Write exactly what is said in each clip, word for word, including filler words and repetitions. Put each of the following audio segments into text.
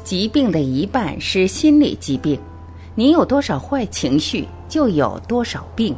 疾病的一半是心理疾病，你有多少坏情绪，就有多少病。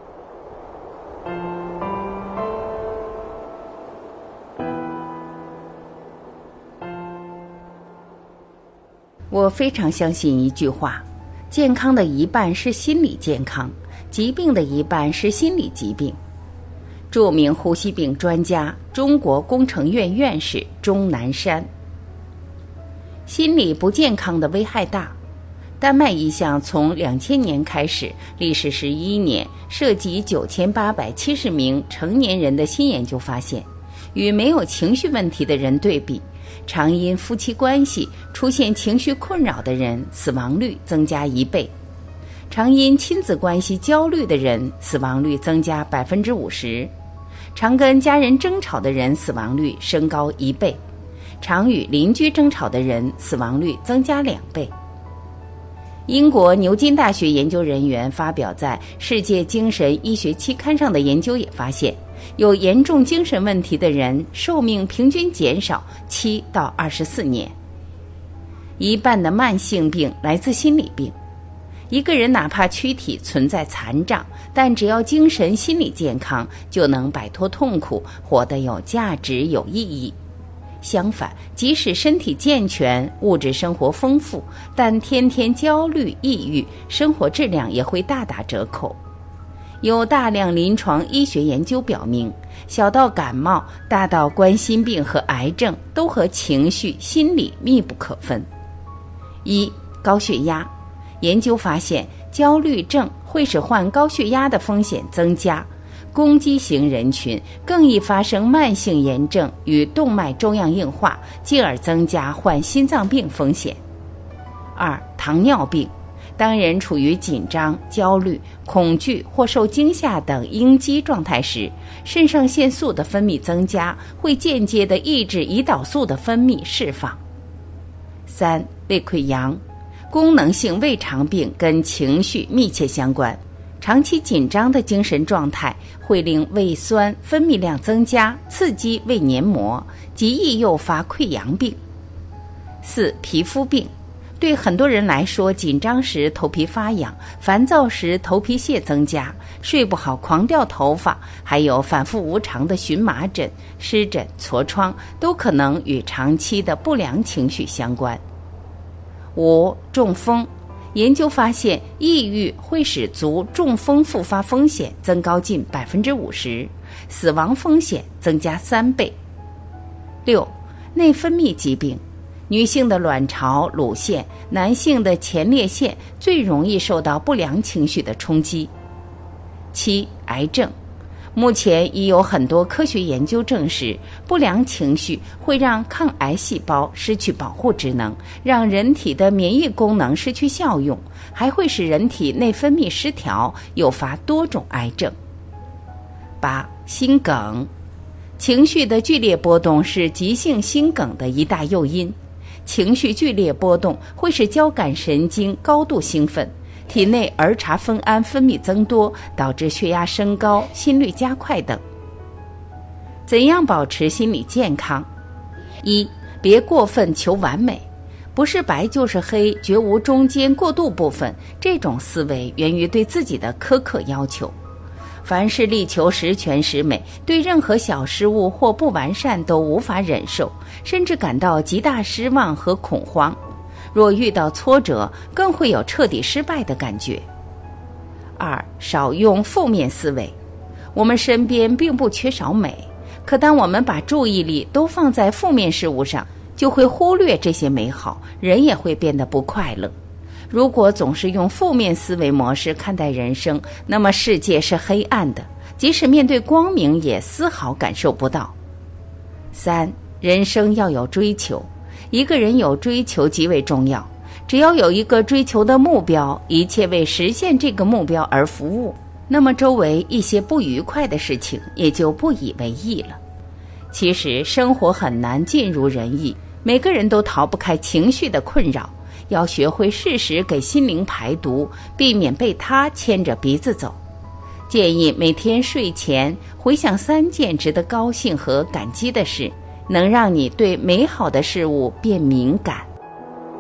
我非常相信一句话，健康的一半是心理健康，疾病的一半是心理疾病。著名呼吸病专家、中国工程院院士钟南山。心理不健康的危害大。丹麦一项从两千年开始，历时十一年，涉及九千八百七十名成年人的新研究发现，与没有情绪问题的人对比，常因夫妻关系出现情绪困扰的人死亡率增加一倍，常因亲子关系焦虑的人死亡率增加百分之五十，常跟家人争吵的人死亡率升高一倍，常与邻居争吵的人死亡率增加两倍。英国牛津大学研究人员发表在《世界精神医学期刊》上的研究也发现，有严重精神问题的人寿命平均减少七到二十四年。一半的慢性病来自心理病。一个人哪怕躯体存在残障，但只要精神心理健康，就能摆脱痛苦，活得有价值有意义。相反，即使身体健全，物质生活丰富，但天天焦虑抑郁，生活质量也会大打折扣。有大量临床医学研究表明，小到感冒，大到冠心病和癌症，都和情绪心理密不可分。一、高血压。研究发现，焦虑症会使患高血压的风险增加，攻击型人群更易发生慢性炎症与动脉粥样硬化，进而增加患心脏病风险。二、糖尿病。当人处于紧张、焦虑、恐惧或受惊吓等应激状态时，肾上腺素的分泌增加，会间接地抑制胰岛素的分泌释放。三、胃溃疡。功能性胃肠病跟情绪密切相关，长期紧张的精神状态会令胃酸分泌量增加，刺激胃黏膜，极易诱发溃疡病。四、皮肤病。对很多人来说，紧张时头皮发痒，烦躁时头皮屑增加，睡不好狂掉头发，还有反复无常的荨麻疹、湿疹、痤疮，都可能与长期的不良情绪相关。五、中风。研究发现，抑郁会使足中风复发风险增高近百分之五十，死亡风险增加三倍。六、内分泌疾病。女性的卵巢、乳腺，男性的前列腺最容易受到不良情绪的冲击。七、癌症。目前已有很多科学研究证实，不良情绪会让抗癌细胞失去保护职能，让人体的免疫功能失去效用，还会使人体内分泌失调，诱发多种癌症。八、心梗。情绪的剧烈波动是急性心梗的一大诱因。情绪剧烈波动会使交感神经高度兴奋，体内儿茶酚胺分泌增多，导致血压升高、心率加快等。怎样保持心理健康？一、别过分求完美，不是白就是黑，绝无中间过渡部分，这种思维源于对自己的苛刻要求。凡是力求十全十美，对任何小失误或不完善都无法忍受，甚至感到极大失望和恐慌。若遇到挫折，更会有彻底失败的感觉。二、少用负面思维。我们身边并不缺少美，可当我们把注意力都放在负面事物上，就会忽略这些美好，人也会变得不快乐。如果总是用负面思维模式看待人生，那么世界是黑暗的，即使面对光明也丝毫感受不到。三、人生要有追求。一个人有追求极为重要，只要有一个追求的目标，一切为实现这个目标而服务，那么周围一些不愉快的事情也就不以为意了。其实生活很难尽如人意，每个人都逃不开情绪的困扰，要学会适时给心灵排毒，避免被它牵着鼻子走。建议每天睡前回想三件值得高兴和感激的事，能让你对美好的事物变敏感。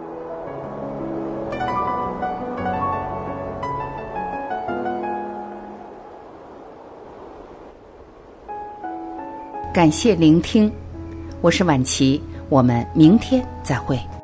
感谢聆听，我是婉琪，我们明天再会。